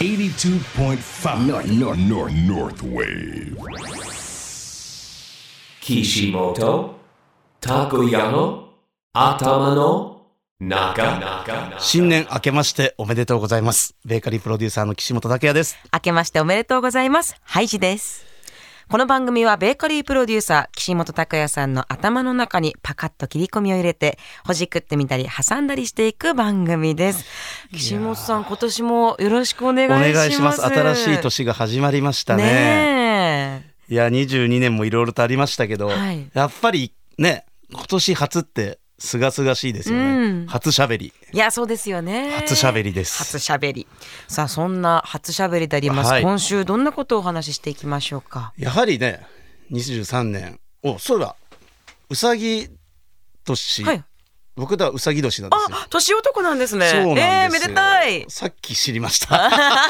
82.5 North Wave 岸本拓也の頭の中。 新年明けましておめでとうございます。ベーカリープロデューサーの岸本拓也です。 明けましておめでとうございます。ハイジです。この番組はベーカリープロデューサー岸本拓也さんの頭の中にパカッと切り込みを入れてほじくってみたり挟んだりしていく番組です。岸本さん、今年もよろしくお願いします。 お願いします。新しい年が始まりましたね。いや22年もいろいろとありましたけど、はい、やっぱりね今年初ってすがすがしいですよね、初しゃべり。 いやそうですよね。 初しゃべりです。 初しゃべり。さあそんな初しゃべりであります、はい、今週どんなことをお話ししていきましょうか。 やはりね23年そういえばうさぎ年、はい、僕だうさぎ年なんですよ。 年男なんですね。 そうなんですよ、 めでたい。 さっき知りました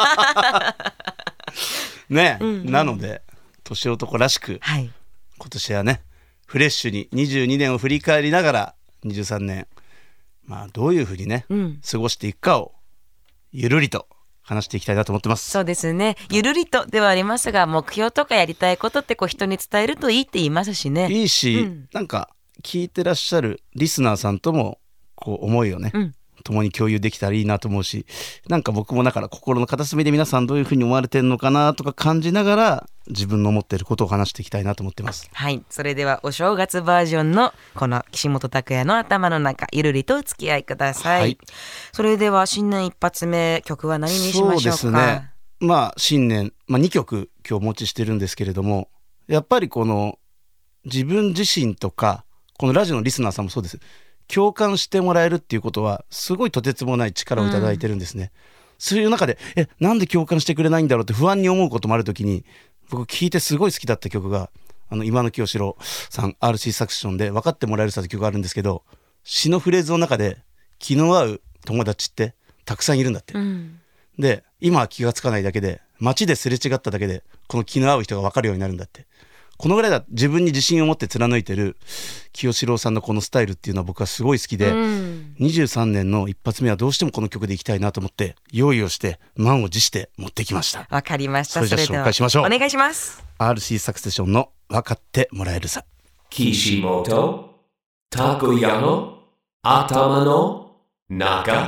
ね、なので年男らしく、はい、今年はねフレッシュに22年を振り返りながら23年、どういうふうにね、過ごしていくかをゆるりと話していきたいなと思ってます。 そうですね、ゆるりとではありますが目標とかやりたいことって人に伝えるといいって言いますしね。 いいし、なんか聞いてらっしゃるリスナーさんとも思いをね、共に共有できたらいいなと思うし、なんか僕もだから心の片隅で皆さんどういうふうに思われてるのかなとか感じながら自分の思っていることを話していきたいなと思ってます。 はい、それではお正月バージョンのこの岸本拓也の頭の中ゆるりとお付き合いください、はい、それでは新年一発目曲は何にしましょうか。 そうですね、新年、2曲今日お持ちしてるんですけれども、やっぱりこの自分自身とかこのラジオのリスナーさんもそうです。共感してもらえるっていうことはすごいとてつもない力をいただいてるんですね、そういう中でなんで共感してくれないんだろうって不安に思うこともあるときに、僕聞いてすごい好きだった曲が今野清志郎さん RC サクションで分かってもらえるさって曲があるんですけど、詩のフレーズの中で気の合う友達ってたくさんいるんだって、で今は気がつかないだけで街ですれ違っただけでこの気の合う人が分かるようになるんだって。このぐらいだ自分に自信を持って貫いてる清志郎さんのこのスタイルっていうのは僕はすごい好きで、23年の一発目はどうしてもこの曲でいきたいなと思って用意をして満を持して持ってきました。 わかりました。 それじゃ紹介しましょう。 お願いします。 RC サクセションの分かってもらえるさ。 岸本拓也の頭の中。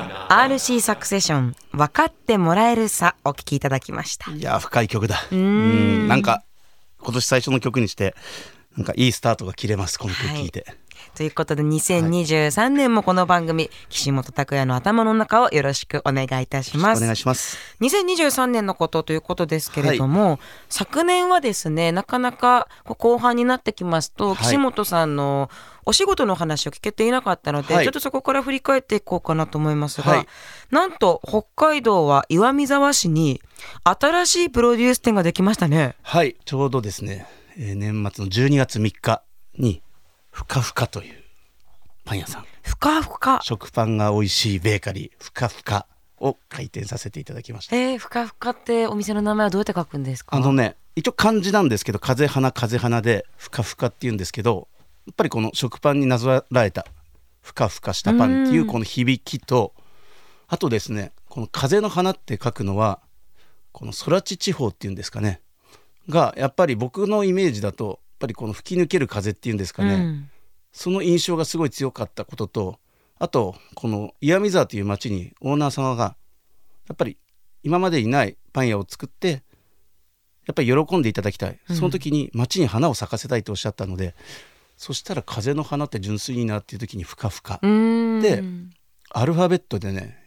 RC サクセション分かってもらえるさお聴きいただきました。 いや深い曲だ。なんか今年最初の曲にしてなんかいいスタートが切れます、この曲聴いて、 ということで2023年もこの番組、岸本拓也の頭の中をよろしくお願いいたします。 お願いします。 2023年のことということですけれども、昨年はですねなかなか後半になってきますと、岸本さんのお仕事の話を聞けていなかったので、ちょっとそこから振り返っていこうかなと思いますが、なんと北海道は岩見沢市に新しいプロデュース店ができましたね。 はい、ちょうどですね、年末の12月3日にふかふかというパン屋さん、 ふかふか食パンが美味しいベーカリーふかふかを開店させていただきました。 ふかふかってお店の名前はどうやって書くんですか。 一応漢字なんですけど風花風花でふかふかっていうんですけど、やっぱりこの食パンになぞらえたふかふかしたパンっていうこの響きと、あとですねこの風の花って書くのはこの空知地方っていうんですかねが、やっぱり僕のイメージだとやっぱりこの吹き抜ける風っていうんですかね、その印象がすごい強かったことと、あとこの岩見沢という町にオーナー様がやっぱり今までにないパン屋を作ってやっぱり喜んでいただきたい、その時に町に花を咲かせたいとおっしゃったので、そしたら風の花って純粋になっていう時にふかふかでアルファベットでね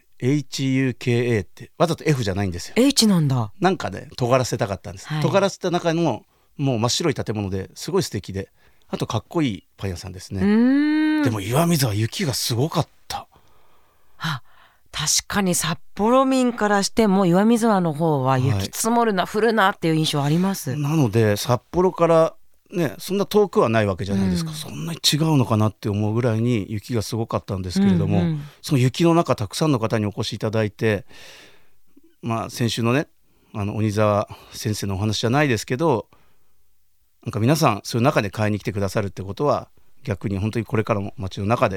HUKA ってわざと F じゃないんですよ。 H なんだ。 なんかね尖らせたかったんです、尖らせた中のもう真っ白い建物ですごい素敵で、あとかっこいいパン屋さんですね。でも岩見沢雪がすごかった。 確かに札幌民からしても岩見沢の方は雪積もるな、降るなっていう印象あります。 なので札幌からねそんな遠くはないわけじゃないですか、そんなに違うのかなって思うぐらいに雪がすごかったんですけれども、その雪の中たくさんの方にお越しいただいて、先週のね鬼沢先生のお話じゃないですけど、なんか皆さんそういう中で買いに来てくださるってことは逆に本当にこれからも街の中で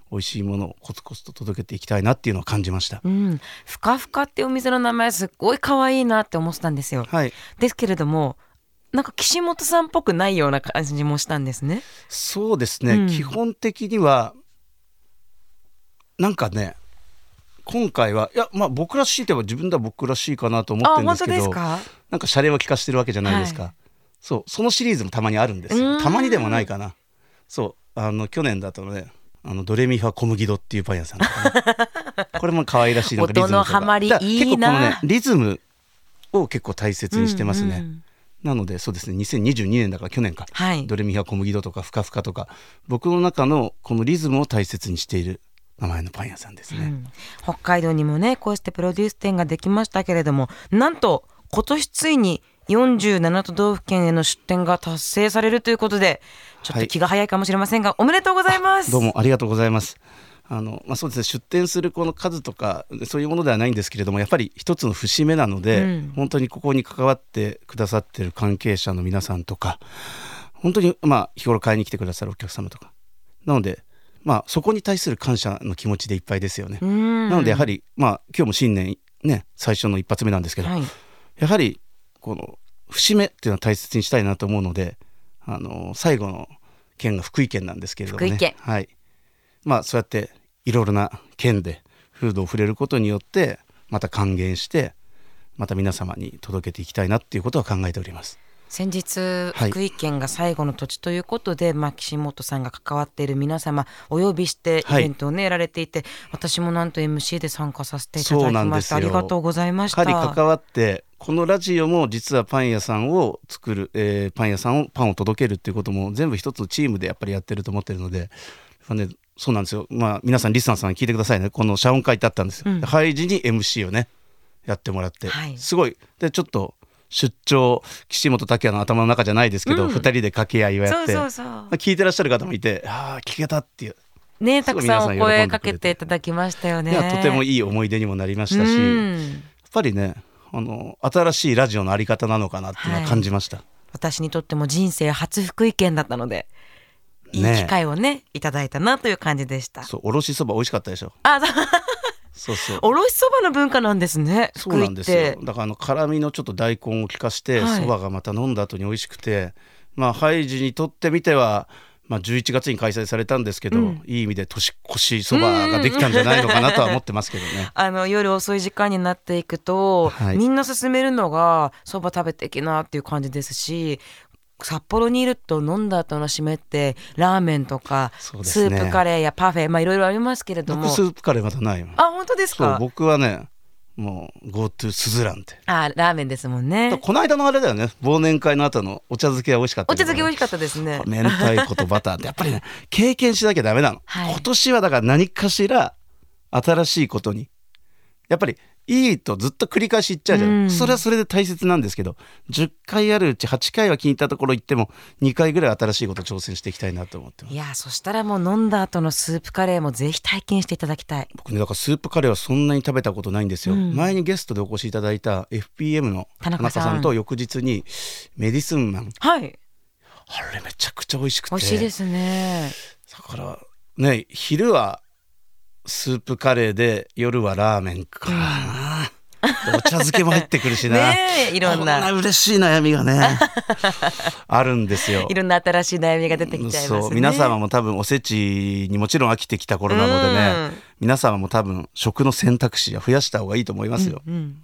美味しいものをコツコツと届けていきたいなっていうのを感じました。 ふかふかってお店の名前すっごい可愛いなって思ってたんですよ。 はい、 ですけれどもなんか岸本さんっぽくないような感じもしたんですね。 そうですね、基本的にはなんかね今回はいや、僕らしいといえば自分では僕らしいかなと思ってるんですけど、 本当ですか？ なんかシャレは聞かせてるわけじゃないですか、はい、そのシリーズもたまにあるんですよ。たまにでもないかな。そう去年だとねドレミファ小麦ドっていうパン屋さんだったねこれも可愛らしいなんかリズムとか音のハマりいいな。 結構このねリズムを結構大切にしてますね、なのでそうですね2022年だから去年か、はい、ドレミファ小麦ドとかふかふかとか僕の中のこのリズムを大切にしている名前のパン屋さんですね、 北海道にもねこうしてプロデュース店ができましたけれども、なんと今年ついに47都道府県への出店が達成されるということで、ちょっと気が早いかもしれませんが、おめでとうございます。 どうもありがとうございます。そうですね、出店するこの数とかそういうものではないんですけれども、やっぱり一つの節目なので、本当にここに関わってくださっている関係者の皆さんとか、本当に日頃買いに来てくださるお客様とかなので、そこに対する感謝の気持ちでいっぱいですよね。なのでやはり、今日も新年ね最初の一発目なんですけど、やはりこの節目っていうのは大切にしたいなと思うので、最後の県が福井県なんですけれどもね、 福井県、 はい、そうやっていろいろな県でフードを触れることによってまた還元してまた皆様に届けていきたいなっていうことは考えております。 先日福井県が最後の土地ということで、岸本さんが関わっている皆様お呼びしてイベントをやられていて、私もなんと MC で参加させていただきました。ありがとうございました。 やはり関わってこのラジオも実はパン屋さんを作る、パンを届けるっていうことも全部一つのチームでやっぱりやってると思ってるので、そうなんですよ。皆さんリスナーさん聞いてくださいね。この謝恩会ってあったんですよ、ハイジに MC をねやってもらって、すごいでちょっと出張岸本拓也の頭の中じゃないですけど、2人で掛け合いをやって、聞いてらっしゃる方もいて、聞けたっていうね、たくさんお声かけていただきましたよね。 とてもいい思い出にもなりましたし、やっぱりね新しいラジオのあり方なのかなっていうのは感じました、 私にとっても人生初福井県だったのでいい機会をねいただいたなという感じでした。 おろしそば美味しかったでしょ。 おろしそばの文化なんですね。 そうなんですよ。だから辛みのちょっと大根を効かしてそばがまた飲んだ後に美味しくて、ハイジにとってみては、11月に開催されたんですけど、いい意味で年越しそばができたんじゃないのかなとは思ってますけどね。 夜遅い時間になっていくと、みんな勧めるのがそば食べていきなっていう感じですし、札幌にいると飲んだ後の締めってラーメンとか、スープカレーやパフェ、いろいろありますけれども、 僕スープカレーまだないもん。 本当ですか。 僕はねもう GoTo スズランってラーメンですもんね。 この間のあれだよね、忘年会の後のお茶漬けは美味しかった。 お茶漬け美味しかったですね。 明太子とバターってやっぱりね経験しなきゃダメなの、今年はだから何かしら新しいことにやっぱりいいとずっと繰り返し言っちゃうじゃん、それはそれで大切なんですけど、10回あるうち8回は気に入ったところ行っても2回ぐらい新しいこと挑戦していきたいなと思ってます。 いや、そしたらもう飲んだ後のスープカレーもぜひ体験していただきたい。 僕ねだからスープカレーはそんなに食べたことないんですよ、前にゲストでお越しいただいた FPM の田中さんと翌日にメディスンマン、あれめちゃくちゃ美味しくて、 美味しいですね。 だからね昼はスープカレーで夜はラーメンかな、お茶漬けも入ってくるしないろんな嬉しい悩みがねあるんですよ。 いろんな新しい悩みが出てきちゃいますね。 皆様も多分おせちにもちろん飽きてきた頃なのでね、皆様も多分食の選択肢は増やした方がいいと思いますよ、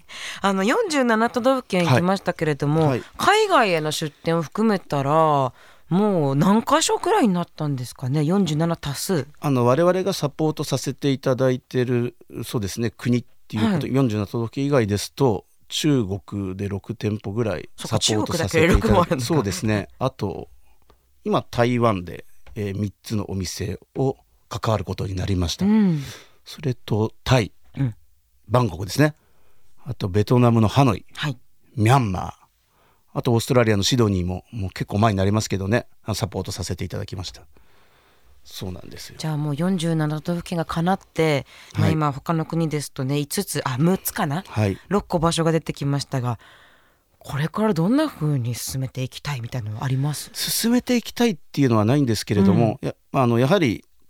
47都道府県行きましたけれども、海外への出店を含めたらもう何箇所くらいになったんですかね。47足す我々がサポートさせていただいてるそうですね国っていうこと、47都道府県以外ですと中国で6店舗ぐらいサポートさせていただいて、そうですね、あと今台湾で、3つのお店を関わることになりました、それとタイ、バンコクですね、あとベトナムのハノイ、ミャンマー、あとオーストラリアのシドニーももう結構前になりますけどねサポートさせていただきました。そうなんですよ。 じゃあもう47都道府県がかなって、今他の国ですとね5つ6つかな、6個場所が出てきましたが、これからどんな風に進めていきたいみたいなのはあります？ 進めていきたいっていうのはないんですけれども、やはり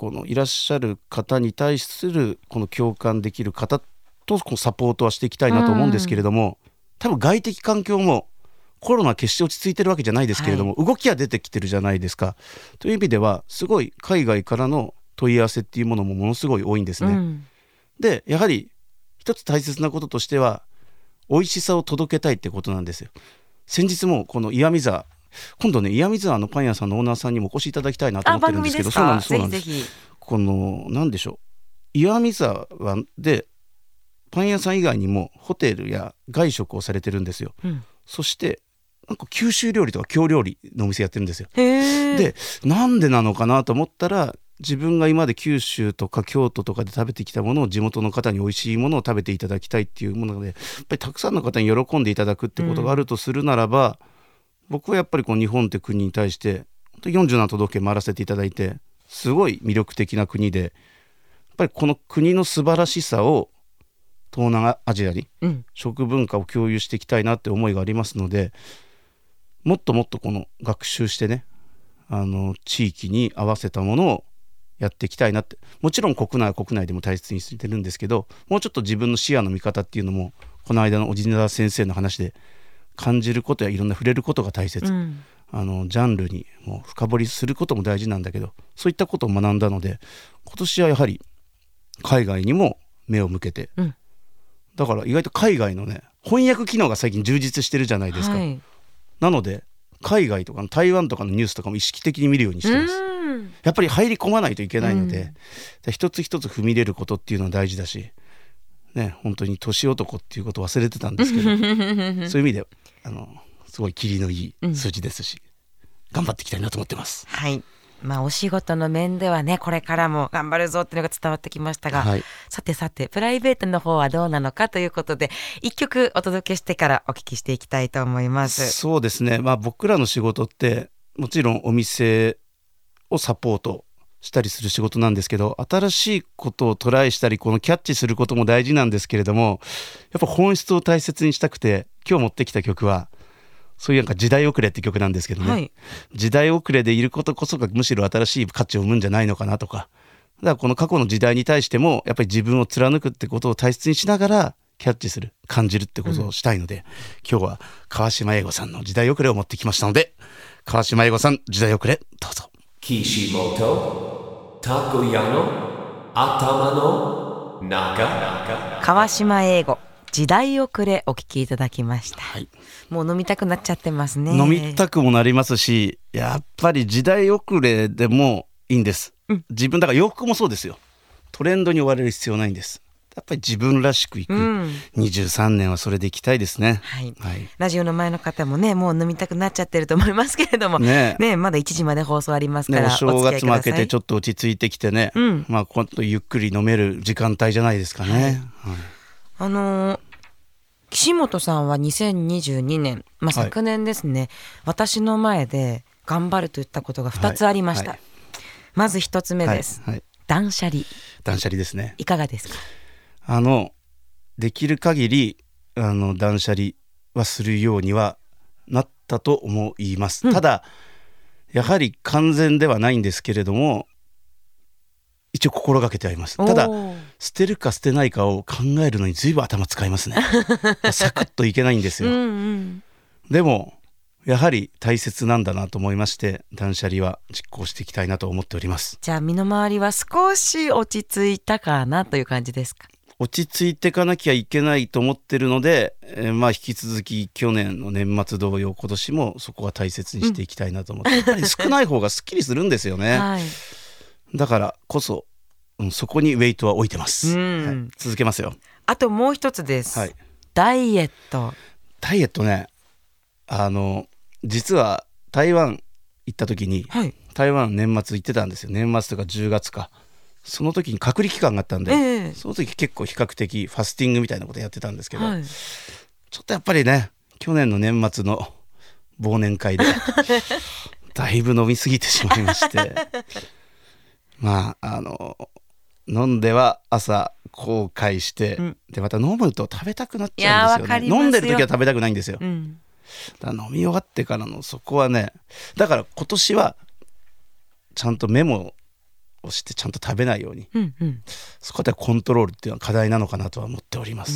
このいらっしゃる方に対するこの共感できる方とこのサポートはしていきたいなと思うんですけれども、多分外的環境もコロナ決して落ち着いてるわけじゃないですけれども、動きは出てきてるじゃないですか。という意味ではすごい海外からの問い合わせっていうものもものすごい多いんですね。でやはり一つ大切なこととしては美味しさを届けたいってことなんですよ。先日もこの岩見沢、今度ね岩見沢のパン屋さんのオーナーさんにもお越しいただきたいなと思ってるんですけど、そうなんですそうなんです。 ぜひぜひ。 この何でしょう、岩見沢でパン屋さん以外にもホテルや外食をされてるんですよ。そしてなんか九州料理とか京料理のお店やってるんですよ。でなんでなのかなと思ったら、自分が今まで九州とか京都とかで食べてきたものを地元の方に美味しいものを食べていただきたいっていうもので、やっぱりたくさんの方に喜んでいただくってことがあるとするならば、僕はやっぱりこう日本って国に対して47都道府県回らせていただいてすごい魅力的な国で、やっぱりこの国の素晴らしさを東南アジアに食文化を共有していきたいなって思いがありますので、もっともっとこの学習してね、地域に合わせたものをやっていきたいなって、もちろん国内は国内でも大切にしてるんですけど、もうちょっと自分の視野の見方っていうのもこの間の小地沢先生の話で感じることやいろんな触れることが大切、ジャンルにもう深掘りすることも大事なんだけど、そういったことを学んだので、今年はやはり海外にも目を向けて、だから意外と海外のね翻訳機能が最近充実してるじゃないですか、なので海外とかの台湾とかのニュースとかも意識的に見るようにしてます。やっぱり入り込まないといけないので、一つ一つ踏み入れることっていうのは大事だしね、本当に年男っていうことを忘れてたんですけどそういう意味ですごいキリのいい数字ですし、頑張っていきたいなと思ってます。 はい、お仕事の面ではね、これからも頑張るぞっていうのが伝わってきましたが、さてプライベートの方はどうなのかということで、一曲お届けしてからお聞きしていきたいと思います。 そうですね、僕らの仕事ってもちろんお店をサポートしたりする仕事なんですけど、新しいことをトライしたりこのキャッチすることも大事なんですけれども、やっぱ本質を大切にしたくて今日持ってきた曲はそういうなんか時代遅れって曲なんですけどね、時代遅れでいることこそがむしろ新しい価値を生むんじゃないのかなとか、だからこの過去の時代に対してもやっぱり自分を貫くってことを大切にしながらキャッチする、感じるってことをしたいので、今日は川島英吾さんの時代遅れを持ってきましたので、川島英吾さん時代遅れどうぞ。 岸本たこやの頭の中。 川島英吾時代遅れお聞きいただきました、もう飲みたくなっちゃってますね。 飲みたくもなりますし、やっぱり時代遅れでもいいんです、自分だから洋服もそうですよ。トレンドに追われる必要ないんです。やっぱり自分らしくいく、23年はそれでいきたいですね、 ラジオの前の方もね、もう飲みたくなっちゃってると思いますけれどもね、まだ1時まで放送ありますから、お正月も明けてちょっと落ち着いてきてね、今度ゆっくり飲める時間帯じゃないですかね、 岸本さんは2022年、昨年ですね、私の前で頑張るといったことが2つありました、まず1つ目です、断捨離。 断捨離ですね。 いかがですか？ できる限り断捨離はするようにはなったと思います、ただやはり完全ではないんですけれども、一応心がけてはいます。ただ捨てるか捨てないかを考えるのに随分頭使いますねサクッといけないんですよでもやはり大切なんだなと思いまして、断捨離は実行していきたいなと思っております。 じゃあ身の回りは少し落ち着いたかなという感じですか？ 落ち着いていかなきゃいけないと思ってるので、引き続き去年の年末同様今年もそこは大切にしていきたいなと思って、やっぱり少ない方がすっきりするんですよね、だからこそ、そこにウェイトは置いてます、続けますよ。あともう一つです、ダイエット。 ダイエットね、実は台湾行った時に、台湾年末行ってたんですよ。年末とか10月か、その時に隔離期間があったんで、その時結構比較的ファスティングみたいなことやってたんですけど、ちょっとやっぱりね、去年の年末の忘年会でだいぶ飲みすぎてしまいまして飲んでは朝後悔して、でまた飲むと食べたくなっちゃうんですよね。飲んでる時は食べたくないんですよ、だから飲み終わってからのそこはね、だから今年はちゃんとメモをしてちゃんと食べないように、 うんうん、 そこでコントロールっていうのは課題なのかなとは思っております、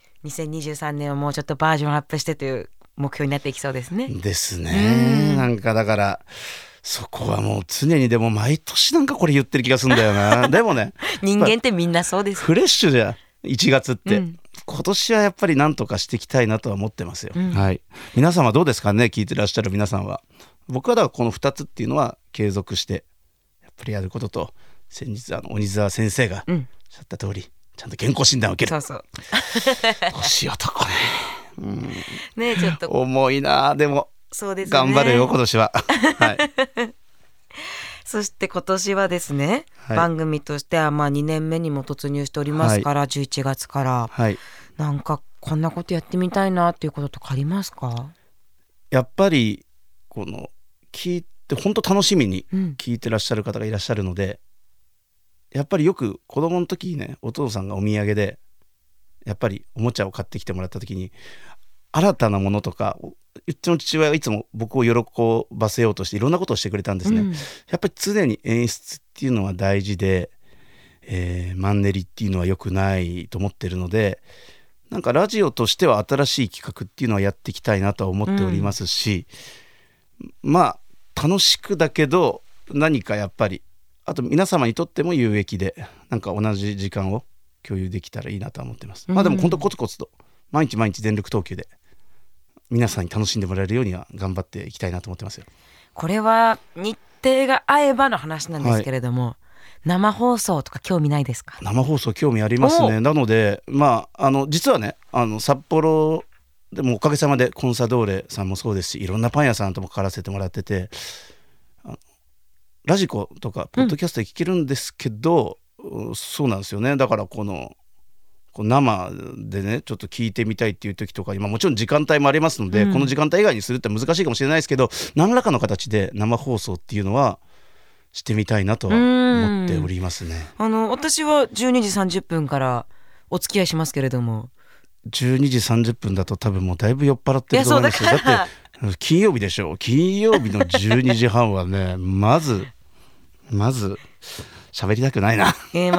2023年はもうちょっとバージョンアップしてという目標になっていきそうですね。 ですね。なんかだからそこはもう常にでも毎年なんかこれ言ってる気がするんだよなでもね人間ってみんなそうです。 フレッシュじゃん1月って、 うん、 今年はやっぱり何とかしていきたいなとは思ってますよ、 うん、 はい。皆様どうですかね、聞いてらっしゃる皆さんは。僕はだからこの2つっていうのは継続してやっぱりやることと、先日鬼沢先生がおっしゃった通り、ちゃんと健康診断を受ける。 そう年男ね、 ね、ちょっと重いな。でもそうですね、 頑張るよ今年ははいそして今年はですね、 はい、 番組としては2年目にも突入しておりますから、はい、11月から、はい、なんかこんなことやってみたいなっていうこととかありますか？ やっぱりこの聞いて本当楽しみに聞いてらっしゃる方がいらっしゃるので、やっぱりよく子供の時にね、お父さんがお土産でやっぱりおもちゃを買ってきてもらった時に、新たなものとか、うちの父親がいつも僕を喜ばせようとしていろんなことをしてくれたんですね、やっぱり常に演出っていうのは大事で、マンネリっていうのは良くないと思ってるので、なんかラジオとしては新しい企画っていうのはやっていきたいなとは思っておりますし、まあ楽しくだけど何かやっぱりあと皆様にとっても有益で、なんか同じ時間を共有できたらいいなとは思ってます、でも本当コツコツと毎日毎日全力投球で皆さんに楽しんでもらえるようには頑張っていきたいなと思ってますよ。 これは日程が合えばの話なんですけれども、生放送とか興味ないですか？ 生放送興味ありますね。なので実はね、札幌でもおかげさまでコンサドーレさんもそうですし、いろんなパン屋さんとも関わらせてもらってて、ラジコとかポッドキャストで聞けるんですけど、そうなんですよね。だからこの生でねちょっと聞いてみたいっていう時とか、今もちろん時間帯もありますので、この時間帯以外にするって難しいかもしれないですけど、何らかの形で生放送っていうのはしてみたいなとは思っておりますね。 私は12時30分からお付き合いしますけれども、 12時30分だと多分もうだいぶ酔っ払ってると思いますよ。だって金曜日でしょ。金曜日の12時半はねまず喋りたくないな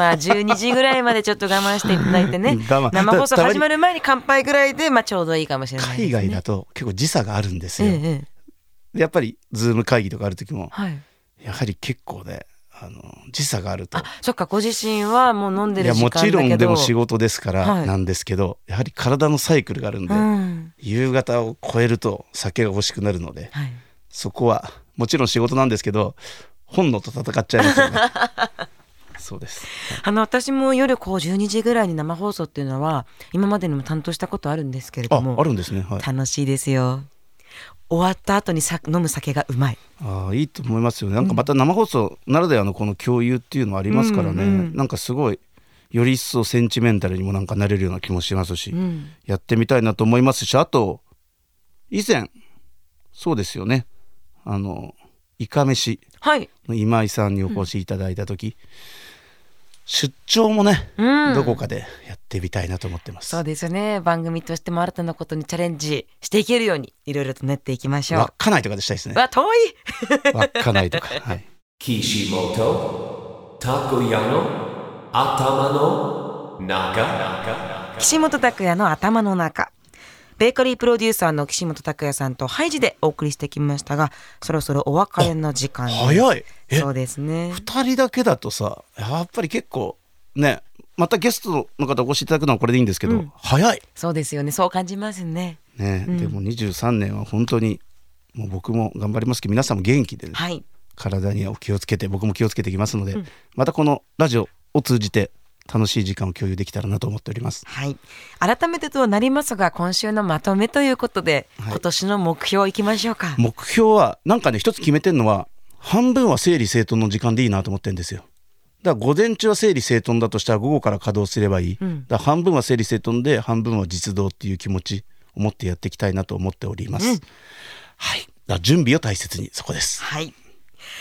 12時ぐらいまでちょっと我慢していただいてね生放送始まる前に乾杯ぐらいでちょうどいいかもしれないですね。 海外だと結構時差があるんですよ、やっぱりズーム会議とかある時も、やはり結構ね時差があると。 そっか、ご自身はもう飲んでる時間だけど、 いやもちろんでも仕事ですからなんですけど、やはり体のサイクルがあるんで、夕方を超えると酒が欲しくなるので、そこはもちろん仕事なんですけど本能と戦っちゃいますよねそうです。 私も夜12時ぐらいに生放送っていうのは今までにも担当したことあるんですけれども、 あるんですね、 楽しいですよ。終わった後に飲む酒がうまい。 いいと思いますよね。なんかまた生放送ならではのこの共有っていうのはありますからね、なんかすごいより一層センチメンタルにもなんかなれるような気もしますし、やってみたいなと思いますし、あと以前そうですよね、いかめしの今井さんにお越しいただいた時、出張もね、どこかでやってみたいなと思ってます。 そうですよね。番組としても新たなことにチャレンジしていけるようにいろいろと練っていきましょう。 稚内とかでしたいですね。 遠い稚内とか、 岸本拓也の頭の中。 岸本拓也の頭の中。ベーカリープロデューサーの岸本拓也さんとハイジでお送りしてきましたが、そろそろお別れの時間です。 早い。 そうですね。 2人だけだとさ、やっぱり結構ね、またゲストの方お越しいただくのはこれでいいんですけど、早い。 そうですよね。そう感じますね。 でも23年は本当にもう僕も頑張りますけど、皆さんも元気で、体にはお気をつけて、僕も気をつけていきますので、またこのラジオを通じて楽しい時間を共有できたらなと思っております。 改めてとなりますが、今週のまとめということで、今年の目標いきましょうか。 目標はなんかね、一つ決めてるのは、半分は整理整頓の時間でいいなと思ってるんですよ。だから午前中は整理整頓だとしたら午後から稼働すればいい、だから半分は整理整頓で半分は実動っていう気持ちを持ってやっていきたいなと思っております。だから準備を大切に、そこです。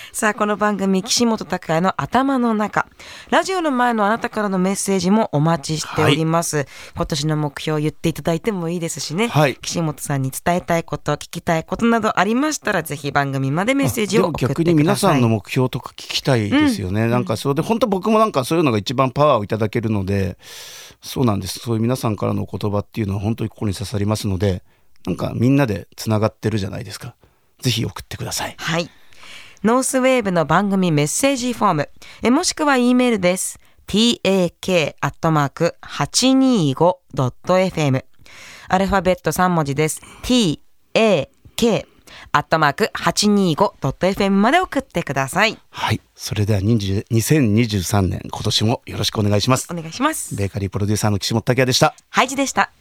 さあこの番組岸本拓也の頭の中、ラジオの前のあなたからのメッセージもお待ちしております、今年の目標を言っていただいてもいいですしね、岸本さんに伝えたいこと、聞きたいことなどありましたらぜひ番組までメッセージを送ってください。 逆に皆さんの目標とか聞きたいですよね、なんかそれで本当僕もなんかそういうのが一番パワーをいただけるので、そうなんです。そういう皆さんからのお言葉っていうのは本当に心に刺さりますので、なんかみんなでつながってるじゃないですか。ぜひ送ってください。 はい、ノースウェーブの番組メッセージフォーム、もしくは E メールです。tak@825.fm、 アルファベット3文字です。 tak@825.fm まで送ってください。 はい、それでは2023年今年もよろしくお願いします。 お願いします。 ベーカリープロデューサーの岸本拓也でした。 ハイジでした。